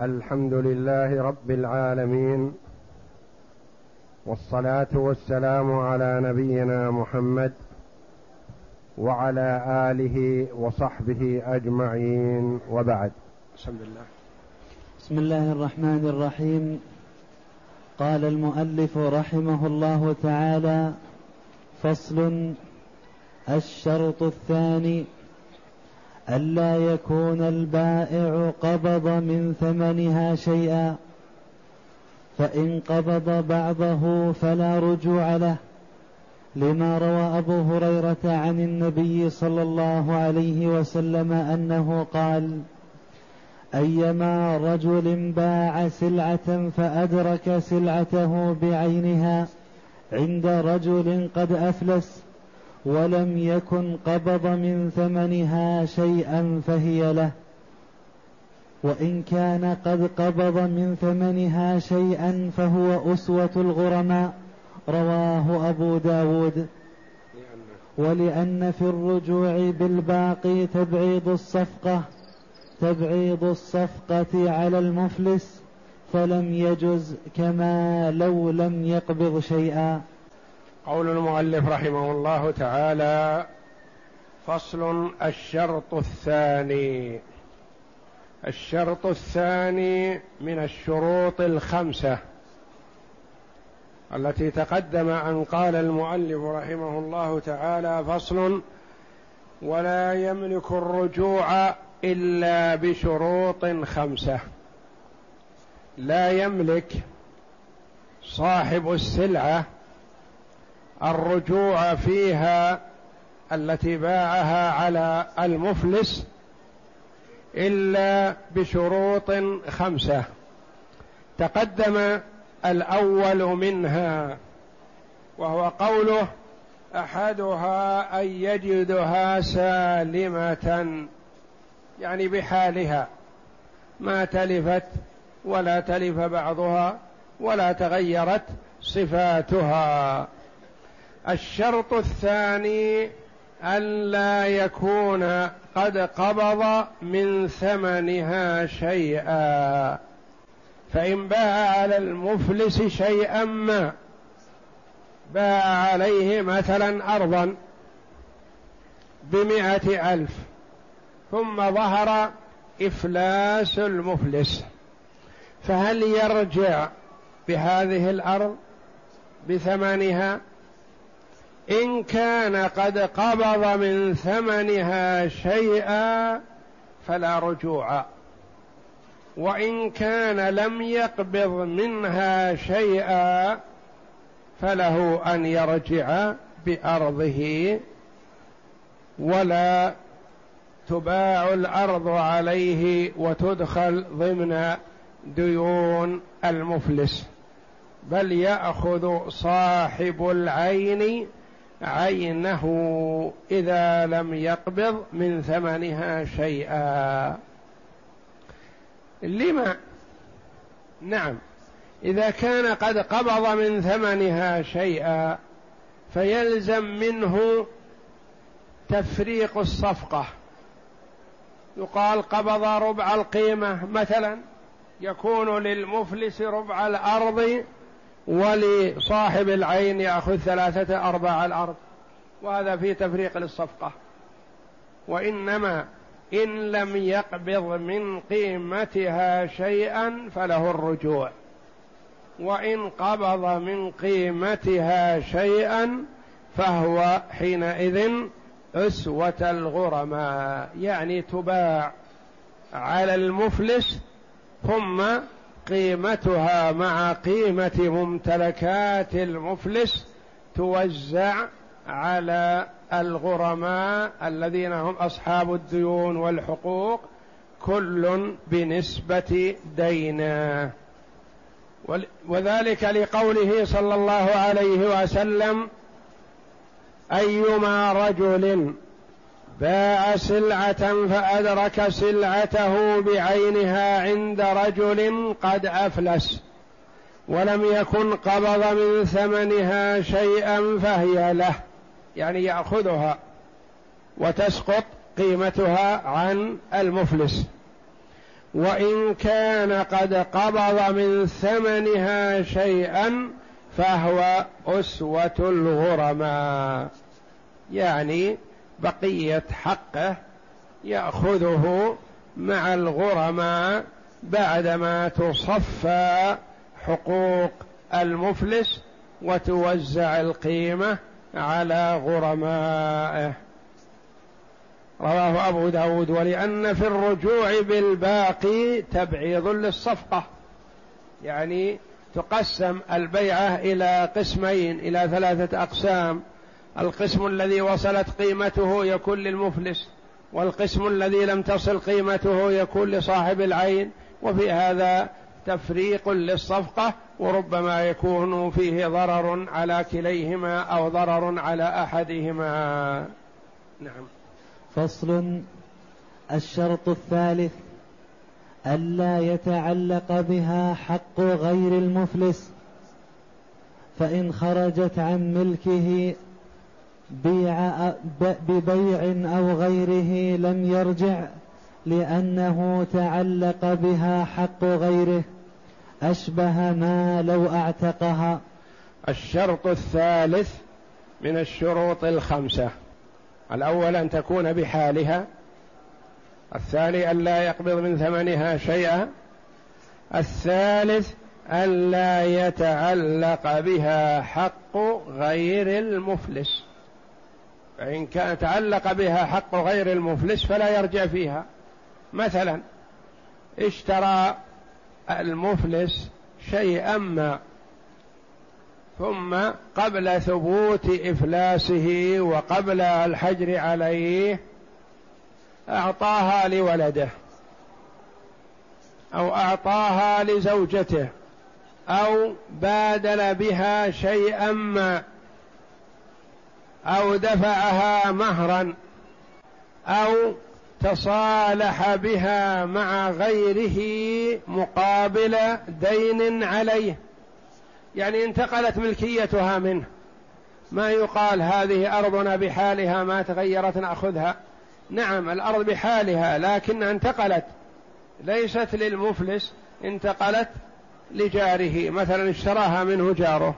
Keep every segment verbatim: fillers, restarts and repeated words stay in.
الحمد لله رب العالمين، والصلاة والسلام على نبينا محمد وعلى آله وصحبه أجمعين، وبعد. بسم الله. بسم الله الرحمن الرحيم. قال المؤلف رحمه الله تعالى: فصل. الشرط الثاني ألا يكون البائع قبض من ثمنها شيئا، فإن قبض بعضه فلا رجوع له، لما روى أبو هريرة عن النبي صلى الله عليه وسلم أنه قال: أيما رجل باع سلعة فأدرك سلعته بعينها عند رجل قد أفلس ولم يكن قبض من ثمنها شيئا فهي له، وإن كان قد قبض من ثمنها شيئا فهو أسوة الغرماء. رواه أبو داود. ولأن في الرجوع بالباقي تبعيض الصفقة تبعيض الصفقة على المفلس، فلم يجز كما لو لم يقبض شيئا. قول المؤلف رحمه الله تعالى: فصل. الشرط الثاني. الشرط الثاني من الشروط الخمسة التي تقدم أن قال المؤلف رحمه الله تعالى: فصل. ولا يملك الرجوع إلا بشروط خمسة. لا يملك صاحب السلعة الرجوع فيها التي باعها على المفلس إلا بشروط خمسة. تقدم الأول منها وهو قوله: أحدها أن يجدها سالمة، يعني بحالها، ما تلفت ولا تلف بعضها ولا تغيرت صفاتها. الشرط الثاني ألا يكون قد قبض من ثمنها شيئا، فإن باع على المفلس شيئا ما، باع عليه مثلا أرضا بمائة ألف، ثم ظهر إفلاس المفلس، فهل يرجع بهذه الأرض بثمنها؟ إن كان قد قبض من ثمنها شيئا فلا رجوع، وإن كان لم يقبض منها شيئا فله أن يرجع بأرضه، ولا تباع الأرض عليه وتدخل ضمن ديون المفلس، بل يأخذ صاحب العين عينه إذا لم يقبض من ثمنها شيئا. لما؟ نعم، إذا كان قد قبض من ثمنها شيئا فيلزم منه تفريق الصفقة. يقال قبض ربع القيمة مثلا، يكون للمفلس ربع الأرض ولصاحب العين يأخذ ثلاثة أرباع الأرض، وهذا في تفريق للصفقة. وإنما إن لم يقبض من قيمتها شيئا فله الرجوع، وإن قبض من قيمتها شيئا فهو حينئذ أسوة الغرماء، يعني تباع على المفلس ثم قيمتها مع قيمة ممتلكات المفلس توزع على الغرماء الذين هم أصحاب الديون والحقوق، كل بنسبة دينه. وذلك لقوله صلى الله عليه وسلم: أيما رجل باع سلعة فأدرك سلعته بعينها عند رجل قد أفلس ولم يكن قبض من ثمنها شيئا فهي له، يعني يأخذها وتسقط قيمتها عن المفلس. وإن كان قد قبض من ثمنها شيئا فهو أسوة الغرماء، يعني بقية حقه يأخذه مع الغرماء بعدما تصفى حقوق المفلس وتوزع القيمة على غرمائه. رواه أبو داود. ولأن في الرجوع بالباقي تبعيض للصفقة، يعني تقسم البيعة إلى قسمين، إلى ثلاثة أقسام: القسم الذي وصلت قيمته يكون للمفلس، والقسم الذي لم تصل قيمته يكون لصاحب العين، وفي هذا تفريق للصفقة، وربما يكون فيه ضرر على كليهما أو ضرر على أحدهما. نعم. فصل. الشرط الثالث ألا يتعلق بها حق غير المفلس، فإن خرجت عن ملكه بيع ببيع أو غيره لم يرجع، لأنه تعلق بها حق غيره، أشبه ما لو أعتقها. الشرط الثالث من الشروط الخمسة: الأول أن تكون بحالها، الثاني أن لا يقبض من ثمنها شيئا، الثالث أن لا يتعلق بها حق غير المفلس. فإن كان تعلق بها حق غير المفلس فلا يرجع فيها. مثلا اشترى المفلس شيئا ما، ثم قبل ثبوت إفلاسه وقبل الحجر عليه أعطاها لولده أو أعطاها لزوجته أو بادل بها شيئا ما أو دفعها مهرا أو تصالح بها مع غيره مقابل دين عليه، يعني انتقلت ملكيتها منه. ما يقال هذه أرضنا بحالها ما تغيرت نأخذها. نعم، الأرض بحالها، لكن انتقلت، ليست للمفلس، انتقلت لجاره. مثلا اشتراها منه جاره،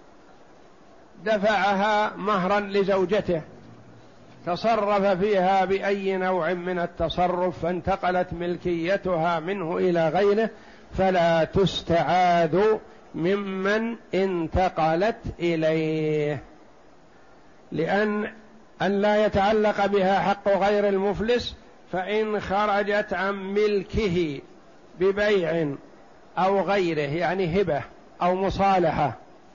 دفعها مهرا لزوجته، تصرف فيها بأي نوع من التصرف فانتقلت ملكيتها منه إلى غيره، فلا تستعاد ممن انتقلت إليه، لأن أن لا يتعلق بها حق غير المفلس. فإن خرجت عن ملكه ببيع أو غيره، يعني هبة أو مصالحة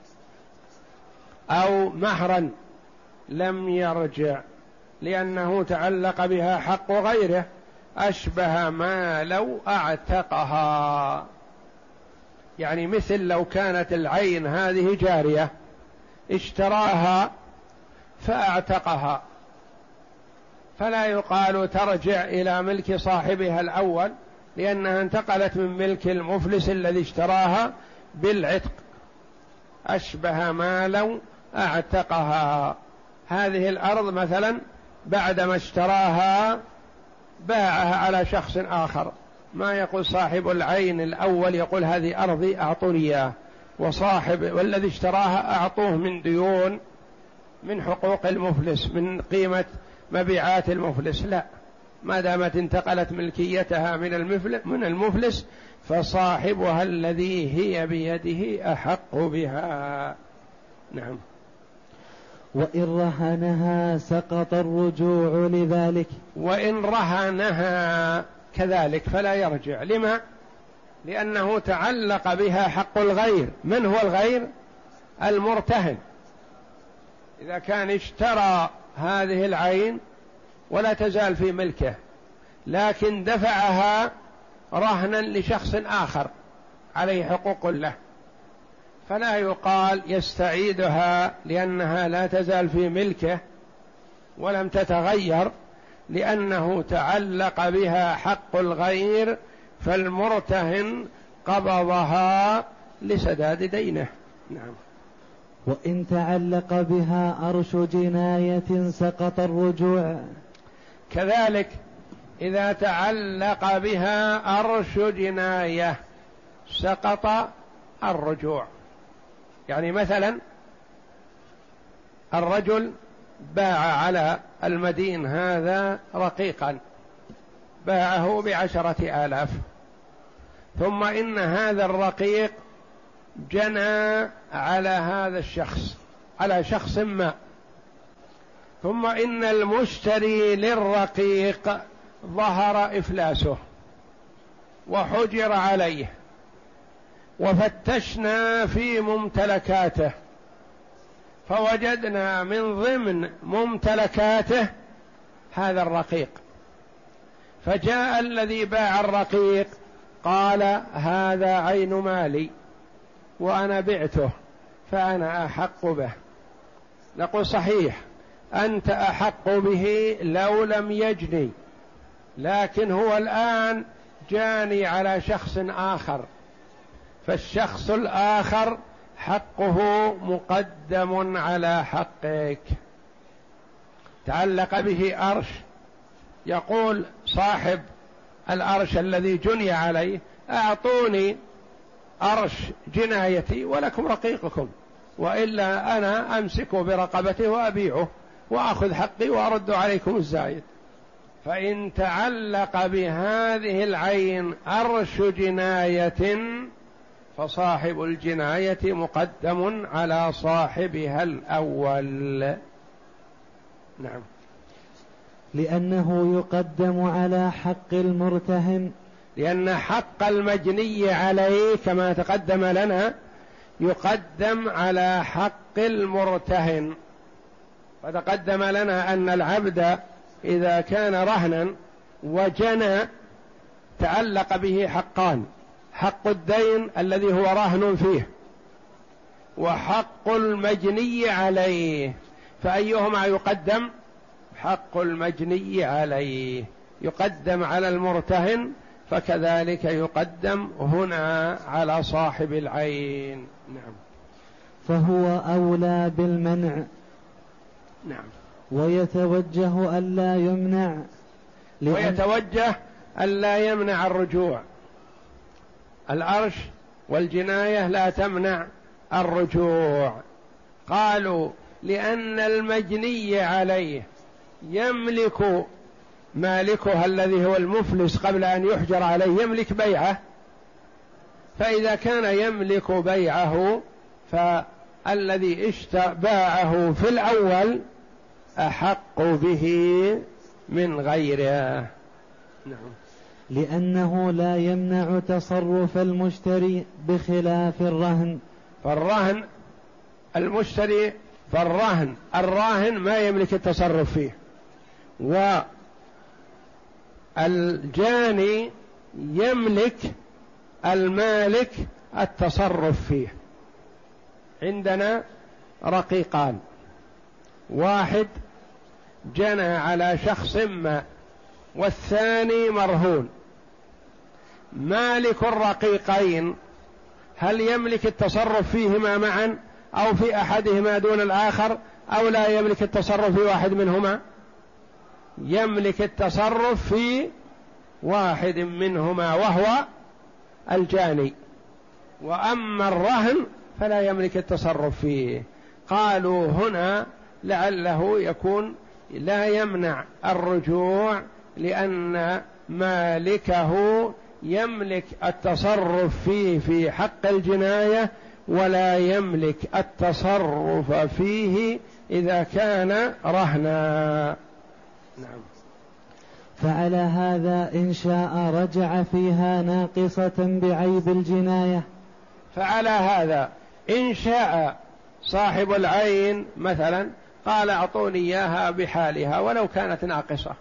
أو مهرا، لم يرجع، لأنه تعلق بها حق غيره، أشبه ما لو أعتقها. يعني مثل لو كانت العين هذه جارية اشتراها فأعتقها، فلا يقال ترجع إلى ملك صاحبها الأول، لأنها انتقلت من ملك المفلس الذي اشتراها بالعتق، أشبه ما لو أعتقها. هذه الأرض مثلا بعدما اشتراها باعها على شخص آخر، ما يقول صاحب العين الأول يقول هذه أرضي أعطوني إياه، وصاحب والذي اشتراها أعطوه من ديون من حقوق المفلس من قيمة مبيعات المفلس. لا، ما دامت انتقلت ملكيتها من المفلس من المفلس فصاحبها الذي هي بيده أحق بها. نعم. وإن رهنها سقط الرجوع لذلك. وإن رهنها كذلك فلا يرجع. لما؟ لأنه تعلق بها حق الغير. من هو الغير؟ المرتهن. إذا كان اشترى هذه العين ولا تزال في ملكه، لكن دفعها رهنا لشخص آخر عليه حقوق له، فلا يقال يستعيدها لأنها لا تزال في ملكه ولم تتغير، لأنه تعلق بها حق الغير، فالمرتهن قبضها لسداد دينه. نعم. وإن تعلق بها أرش جناية سقط الرجوع. كذلك إذا تعلق بها أرش جناية سقط الرجوع. يعني مثلا الرجل باع على المدين هذا رقيقا، باعه بعشرة آلاف، ثم إن هذا الرقيق جنى على هذا الشخص، على شخص ما، ثم إن المشتري للرقيق ظهر إفلاسه وحجر عليه، وفتشنا في ممتلكاته فوجدنا من ضمن ممتلكاته هذا الرقيق، فجاء الذي باع الرقيق قال هذا عين مالي وأنا بعته فأنا أحق به. نقول صحيح أنت أحق به لو لم يجني، لكن هو الآن جاني على شخص آخر، فالشخص الآخر حقه مقدم على حقك. تعلق به أرش، يقول صاحب الأرش الذي جني عليه أعطوني أرش جنايتي ولكم رقيقكم، وإلا أنا أمسك برقبته وأبيعه وأخذ حقي وأرد عليكم الزايد. فإن تعلق بهذه العين أرش جناية فصاحب الجناية مقدم على صاحبها الأول. نعم. لأنه يقدم على حق المرتهن، لأن حق المجني عليه كما تقدم لنا يقدم على حق المرتهن. وتقدم لنا أن العبد إذا كان رهنا وجنى تعلق به حقان: حق الدين الذي هو رهن فيه، وحق المجني عليه، فأيهما يقدم؟ حق المجني عليه يقدم على المرتهن، فكذلك يقدم هنا على صاحب العين. نعم. فهو أولى بالمنع. نعم. ويتوجه ألا يمنع، ويتوجه ألا يمنع الرجوع. الأرش والجناية لا تمنع الرجوع. قالوا لأن المجني عليه يملك مالكها الذي هو المفلس قبل أن يحجر عليه، يملك بيعه، فإذا كان يملك بيعه فالذي باعه في الأول أحق به من غيره. نعم. لأنه لا يمنع تصرف المشتري بخلاف الرهن. فالرهن المشتري فالرهن الراهن ما يملك التصرف فيه، والجاني يملك المالك التصرف فيه. عندنا رقيقان، واحد جنى على شخص ما والثاني مرهون. مالك الرقيقين هل يملك التصرف فيهما معا أو في أحدهما دون الآخر، أو لا يملك التصرف في واحد منهما؟ يملك التصرف في واحد منهما وهو الجاني، وأما الرهن فلا يملك التصرف فيه. قالوا هنا لعله يكون لا يمنع الرجوع، لأن مالكه يملك التصرف فيه في حق الجناية، ولا يملك التصرف فيه إذا كان رهنا. نعم. فعلى هذا إن شاء رجع فيها ناقصة بعيب الجناية. فعلى هذا إن شاء صاحب العين مثلا قال أعطوني إياها بحالها ولو كانت ناقصة،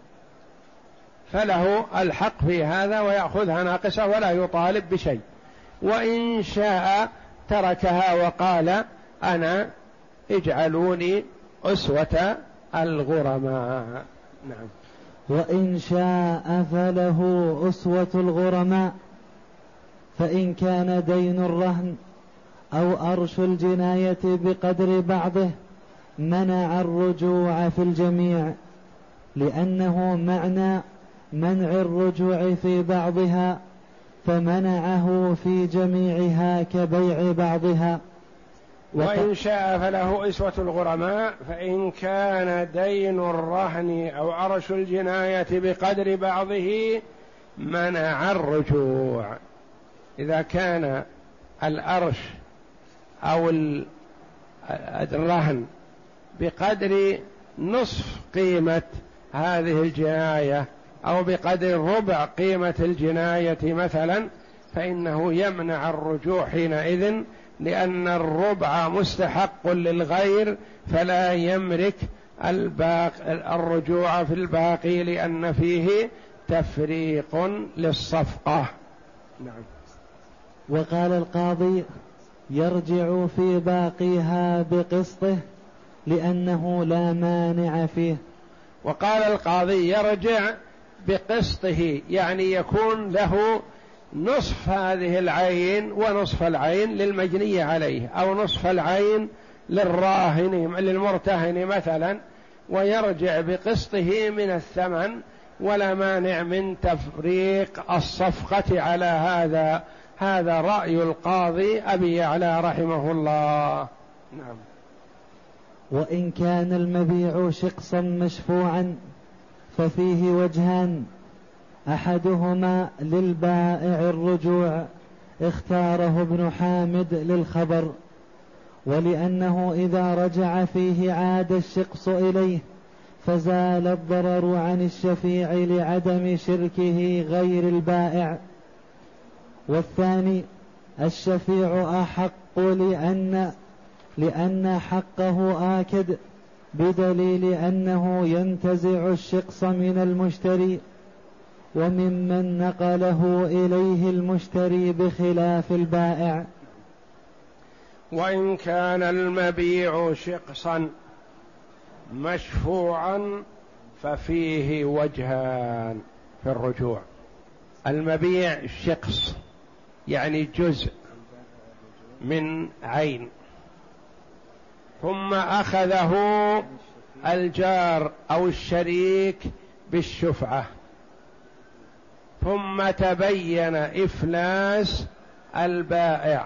فله الحق في هذا ويأخذها ناقصة ولا يطالب بشيء. وإن شاء تركها وقال أنا اجعلوني أسوة الغرماء. نعم. وإن شاء فله أسوة الغرماء، فإن كان دين الرهن أو أرش الجناية بقدر بعضه منع الرجوع في الجميع، لأنه معنى منع الرجوع في بعضها فمنعه في جميعها كبيع بعضها. وإن شاء فله إسوة الغرماء، فإن كان دين الرهن أو عرش الجناية بقدر بعضه منع الرجوع. إذا كان الأرش أو الرهن بقدر نصف قيمة هذه الجناية أو بقدر ربع قيمة الجناية مثلا، فإنه يمنع الرجوع حينئذ، لأن الربع مستحق للغير فلا يملك الباقي الرجوع في الباقي، لأن فيه تفريق للصفقة. نعم. وقال القاضي يرجع في باقيها بقسطه لأنه لا مانع فيه. وقال القاضي يرجع بقسطه، يعني يكون له نصف هذه العين ونصف العين للمجني عليه، أو نصف العين للراهن للمرتهن مثلا، ويرجع بقسطه من الثمن، ولا مانع من تفريق الصفقة على هذا. هذا رأي القاضي أبي يعلى رحمه الله. نعم. وإن كان المبيع شقصا مشفوعا ففيه وجهان، أحدهما للبائع الرجوع اختاره ابن حامد للخبر، ولأنه إذا رجع فيه عاد الشقص إليه فزال الضرر عن الشفيع لعدم شركه غير البائع. والثاني الشفيع أحق لأن لأن حقه آكد، بدليل أنه ينتزع الشقص من المشتري وممن نقله إليه المشتري بخلاف البائع. وإن كان المبيع شقصا مشفوعا ففيه وجهان في الرجوع. المبيع شقص يعني جزء من عين، ثم أخذه الجار أو الشريك بالشفعة، ثم تبين إفلاس البائع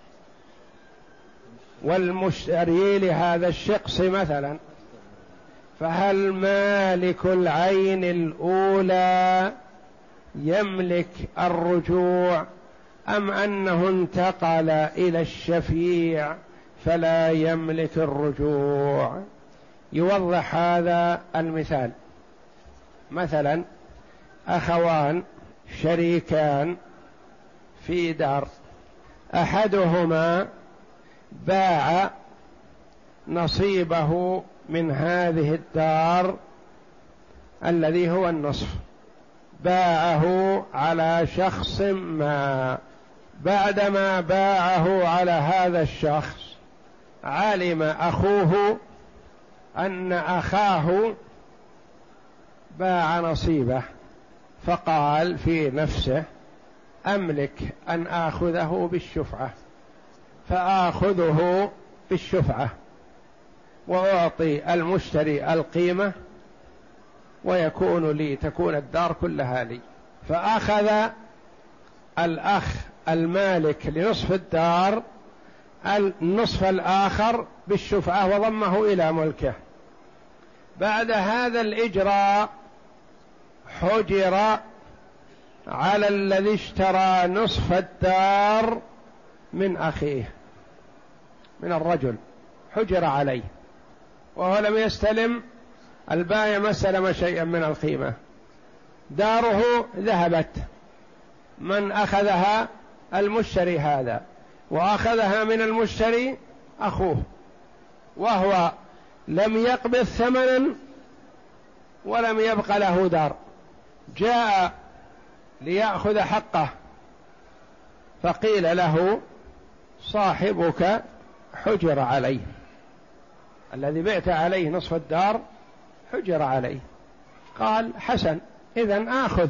والمشتري لهذا الشخص مثلا، فهل مالك العين الأولى يملك الرجوع أم أنه انتقل إلى الشفيع فلا يملك الرجوع؟ يوضح هذا المثال. مثلا أخوان شريكان في دار، أحدهما باع نصيبه من هذه الدار الذي هو النصف، باعه على شخص ما. بعدما باعه على هذا الشخص علم أخوه أن أخاه باع نصيبه، فقال في نفسه أملك أن آخذه بالشفعة، فآخذه بالشفعة وأعطي المشتري القيمة ويكون لي، تكون الدار كلها لي. فأخذ الأخ المالك لنصف الدار النصف الآخر بالشفعة وضمه إلى ملكه. بعد هذا الإجراء حجر على الذي اشترى نصف الدار من أخيه، من الرجل، حجر عليه وهو لم يستلم، البائع ما استلم شيئا من القيمة، داره ذهبت، من أخذها؟ المشتري هذا، وأخذها من المشتري أخوه، وهو لم يقبض ثمنا ولم يبق له دار، جاء ليأخذ حقه فقيل له صاحبك حجر عليه، الذي بعت عليه نصف الدار حجر عليه. قال حسن، إذن آخذ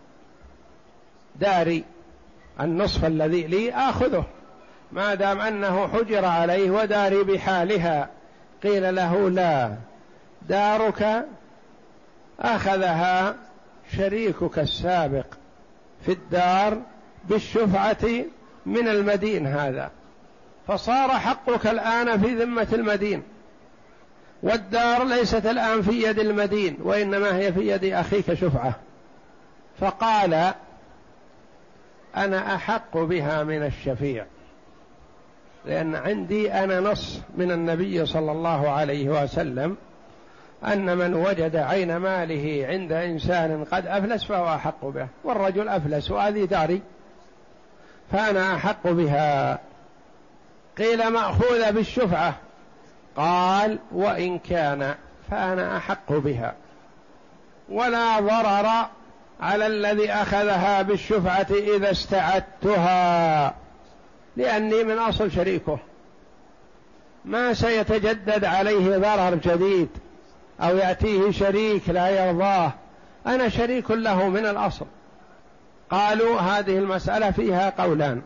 داري، النصف الذي لي آخذه ما دام أنه حجر عليه وداري بحالها. قيل له لا، دارك أخذها شريكك السابق في الدار بالشفعة من المدين هذا، فصار حقك الآن في ذمة المدين، والدار ليست الآن في يد المدين وإنما هي في يد أخيك شفعة، فقال أنا أحق بها من الشفيع، لأن عندي أنا نص من النبي صلى الله عليه وسلم أن من وجد عين ماله عند إنسان قد أفلس فهو أحق به، والرجل أفلس وهذه داري فأنا أحق بها. قيل مأخوذة بالشفعة، قال وإن كان فأنا أحق بها، ولا ضرر على الذي أخذها بالشفعة إذا استعدتها، لأني من أصل شريكه، ما سيتجدد عليه ضرر جديد أو يأتيه شريك لا يرضاه، أنا شريك له من الأصل. قالوا هذه المسألة فيها قولان،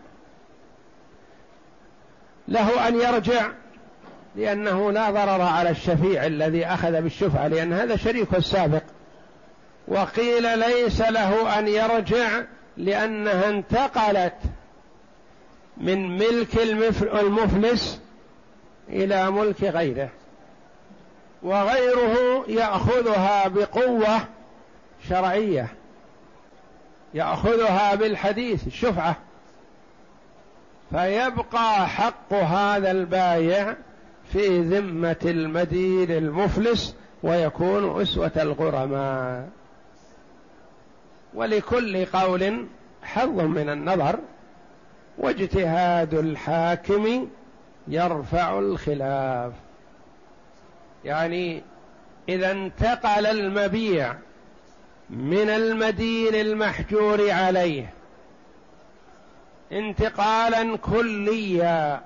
له أن يرجع لأنه لا ضرر على الشفيع الذي أخذ بالشفعة لأن هذا شريكه السابق، وقيل ليس له أن يرجع لأنها انتقلت من ملك المفلس إلى ملك غيره، وغيره يأخذها بقوة شرعية، يأخذها بالحديث الشفعة، فيبقى حق هذا البايع في ذمة المدين المفلس ويكون أسوة الغرماء. ولكل قول حظ من النظر، واجتهاد الحاكم يرفع الخلاف. يعني إذا انتقل المبيع من المدين المحجور عليه انتقالا كليا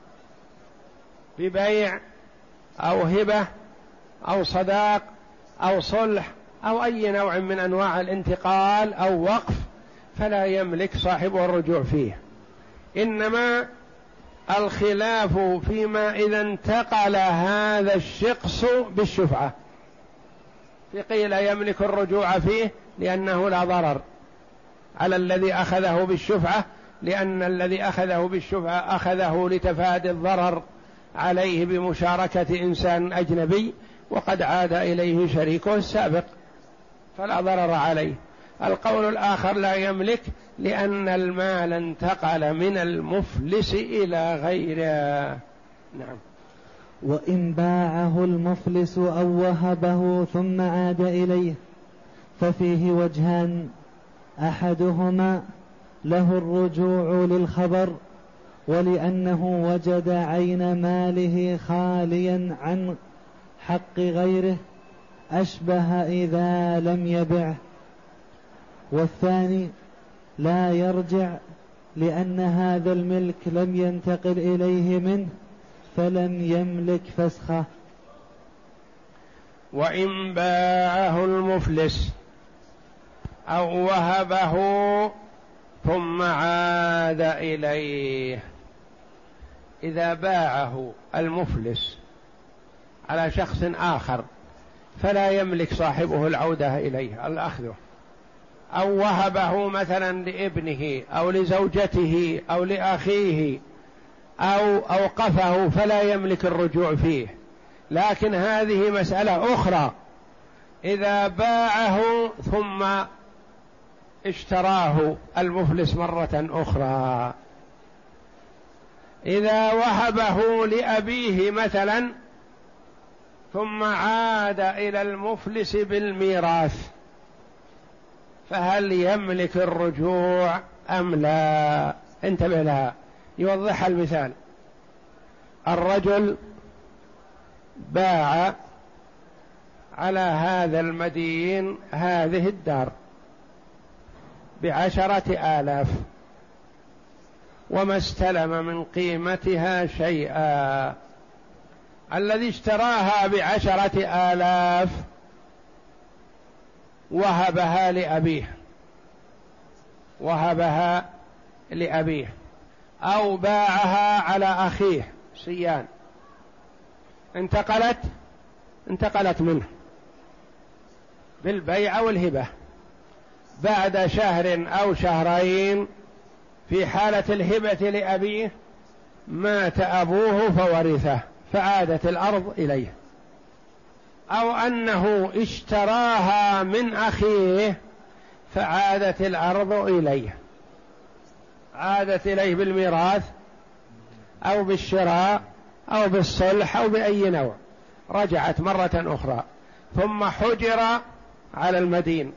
ببيع أو هبة أو صداق أو صلح أو أي نوع من أنواع الانتقال أو وقف، فلا يملك صاحبه الرجوع فيه، إنما الخلاف فيما إذا انتقل هذا الشخص بالشفعة، فقيل يملك الرجوع فيه لأنه لا ضرر على الذي أخذه بالشفعة، لأن الذي أخذه بالشفعة أخذه لتفادي الضرر عليه بمشاركة إنسان أجنبي وقد عاد إليه شريكه السابق فلا ضرر عليه. القول الآخر لا يملك لأن المال انتقل من المفلس إلى غيره. نعم. وإن باعه المفلس أو وهبه ثم عاد إليه ففيه وجهان، أحدهما له الرجوع للخبر ولأنه وجد عين ماله خاليا عن حق غيره أشبه إذا لم يبعه، والثاني لا يرجع لأن هذا الملك لم ينتقل إليه منه فلم يملك فسخه. وإن باعه المفلس أو وهبه ثم عاد إليه، إذا باعه المفلس على شخص آخر فلا يملك صاحبه العودة إليه الأخذه، أو وهبه مثلا لابنه أو لزوجته أو لأخيه أو أوقفه فلا يملك الرجوع فيه. لكن هذه مسألة أخرى، إذا باعه ثم اشتراه المفلس مرة أخرى، إذا وهبه لأبيه مثلا ثم عاد إلى المفلس بالميراث فهل يملك الرجوع أم لا؟ انتبه لها، يوضح المثال. الرجل باع على هذا المدين هذه الدار بعشرة آلاف وما استلم من قيمتها شيئا، الذي اشتراها بعشرة آلاف وهبها لأبيه وهبها لأبيه أو باعها على أخيه سيان، انتقلت انتقلت منه بالبيع والهبة، بعد شهر أو شهرين في حالة الهبة لأبيه مات أبوه فورثه فعادت الأرض إليه، أو أنه اشتراها من أخيه فعادت الأرض إليه، عادت إليه بالميراث أو بالشراء أو بالصلح أو بأي نوع، رجعت مرة أخرى. ثم حجر على المدين،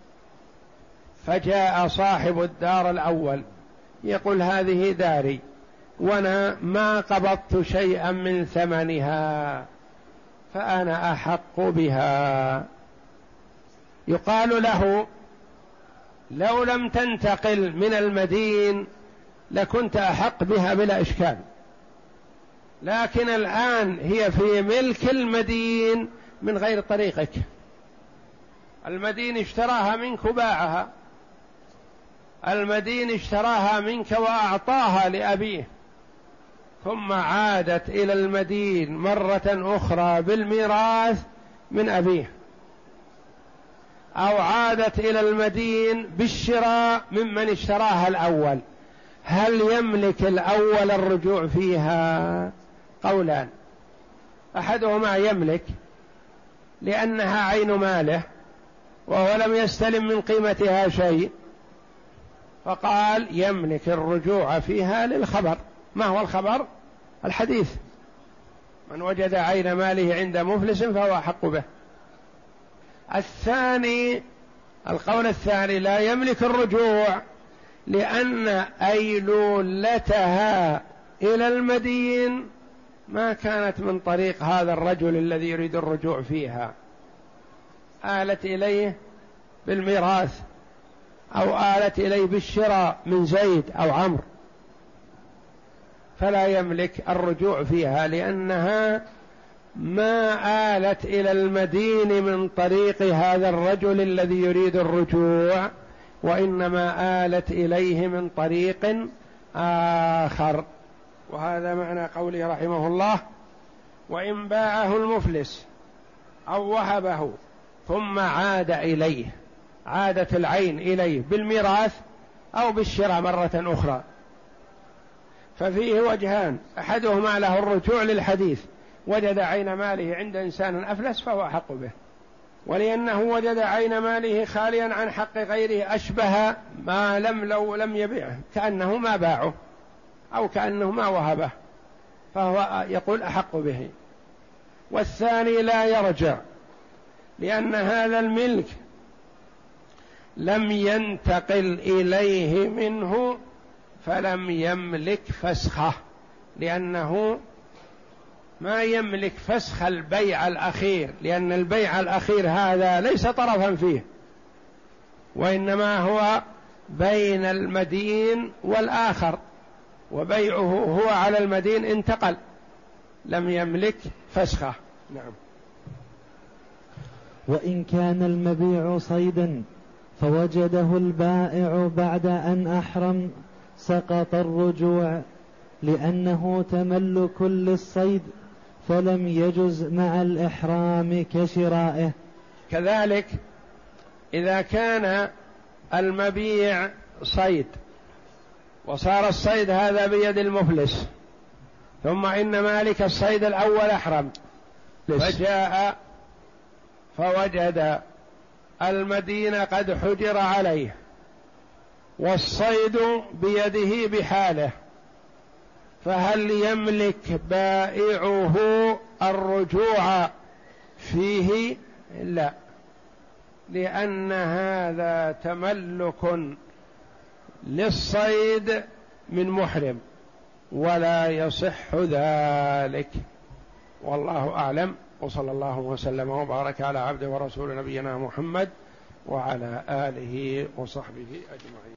فجاء صاحب الدار الأول يقول هذه داري وأنا ما قبضت شيئا من ثمنها فأنا أحق بها. يقال له لو لم تنتقل من المدين لكنت أحق بها بلا إشكال، لكن الآن هي في ملك المدين من غير طريقك، المدين اشتراها منك وباعها، المدين اشتراها منك وأعطاها لأبيه، ثم عادت إلى المدين مرة أخرى بالميراث من أبيه، أو عادت إلى المدين بالشراء ممن اشتراها الأول. هل يملك الأول الرجوع فيها؟ قولان، أحدهما يملك لأنها عين ماله وهو لم يستلم من قيمتها شيء، فقال يملك الرجوع فيها للخبر. ما هو الخبر؟ الحديث: من وجد عين ماله عند مفلس فهو أحق به. الثاني، القول الثاني، لا يملك الرجوع لأن أيلولتها إلى المدين ما كانت من طريق هذا الرجل الذي يريد الرجوع فيها، آلت إليه بالميراث أو آلت إليه بالشراء من زيد أو عمرو، فلا يملك الرجوع فيها لأنها ما آلت إلى المدين من طريق هذا الرجل الذي يريد الرجوع، وإنما آلت إليه من طريق آخر. وهذا معنى قوله رحمه الله: وإن باعه المفلس أو وهبه ثم عاد إليه، عادت العين إليه بالميراث أو بالشراء مرة أخرى، ففيه وجهان: أحدهما له الرجوع للحديث، وجد عين ماله عند إنسان أفلس فهو أحق به، ولأنه وجد عين ماله خاليا عن حق غيره أشبه ما لم لو لم يبيعه، كأنه ما باعه أو كأنه ما وهبه، فهو يقول أحق به. والثاني لا يرجع لأن هذا الملك لم ينتقل إليه منه فلم يملك فسخه، لأنه ما يملك فسخ البيع الأخير، لأن البيع الأخير هذا ليس طرفا فيه، وإنما هو بين المدين والآخر، وبيعه هو على المدين انتقل، لم يملك فسخه. نعم. وإن كان المبيع صيدا فوجده البائع بعد أن أحرم سقط الرجوع، لأنه تملك للصيد فلم يجز مع الإحرام كشرائه. كذلك إذا كان المبيع صيد وصار الصيد هذا بيد المفلس، ثم إن مالك الصيد الأول أحرم فجاء فوجد المدين قد حجر عليه والصيد بيده بحاله، فهل يملك بائعه الرجوع فيه؟ لا، لأن هذا تملك للصيد من محرم ولا يصح ذلك. والله أعلم، وصلى الله وسلم وبارك على عبده ورسول نبينا محمد وعلى آله وصحبه أجمعين.